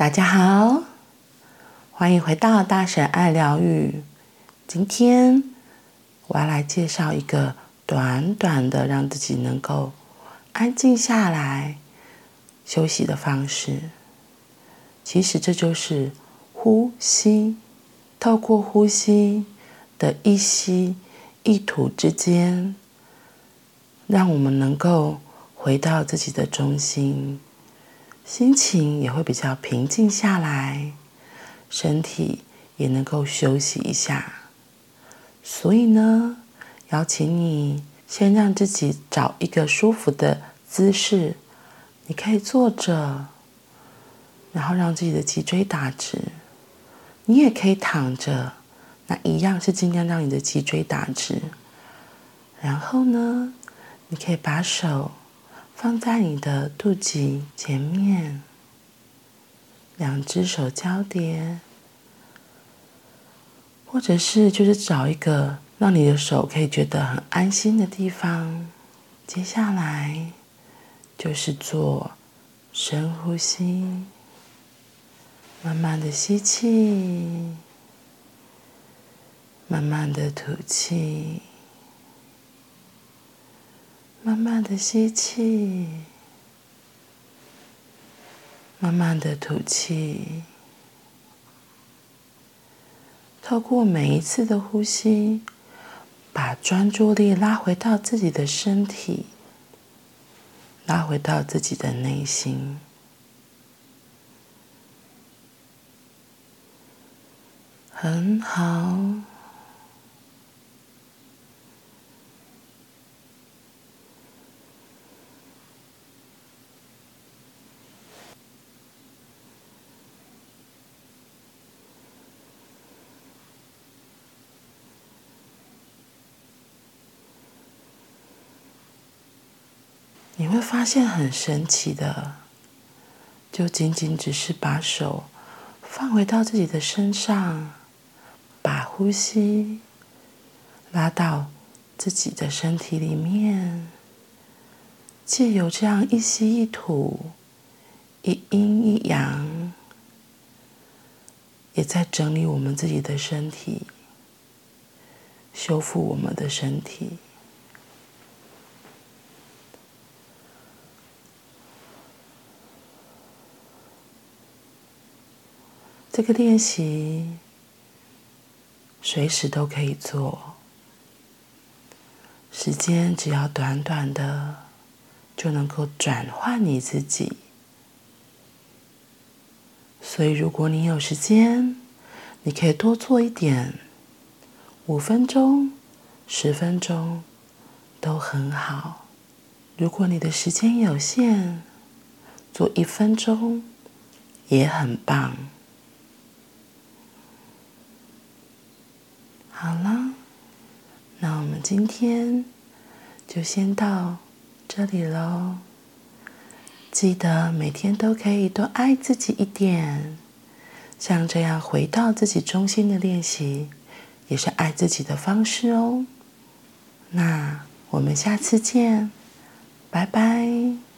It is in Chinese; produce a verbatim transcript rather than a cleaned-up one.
大家好，欢迎回到大神爱疗愈。今天我要来介绍一个短短的让自己能够安静下来休息的方式。其实这就是呼吸，透过呼吸的一吸一吐之间，让我们能够回到自己的中心，心情也会比较平静下来，身体也能够休息一下。所以呢，邀请你先让自己找一个舒服的姿势，你可以坐着，然后让自己的脊椎打直。你也可以躺着，那一样是尽量让你的脊椎打直。然后呢，你可以把手放在你的肚脐前面，两只手交叠，或者是就是找一个让你的手可以觉得很安心的地方。接下来就是做深呼吸，慢慢的吸气，慢慢的吐气，慢慢的吸气，慢慢的吐气。透过每一次的呼吸，把专注力拉回到自己的身体，拉回到自己的内心。很好。你会发现很神奇的，就仅仅只是把手放回到自己的身上，把呼吸拉到自己的身体里面，借由这样一吸一吐，一阴一阳，也在整理我们自己的身体，修复我们的身体。这个练习随时都可以做，时间只要短短的，就能够转换你自己。所以如果你有时间，你可以多做一点，五分钟、十分钟都很好。如果你的时间有限，做一分钟也很棒。好了，那我们今天就先到这里咯。记得每天都可以多爱自己一点，像这样回到自己中心的练习，也是爱自己的方式哦。那我们下次见，拜拜。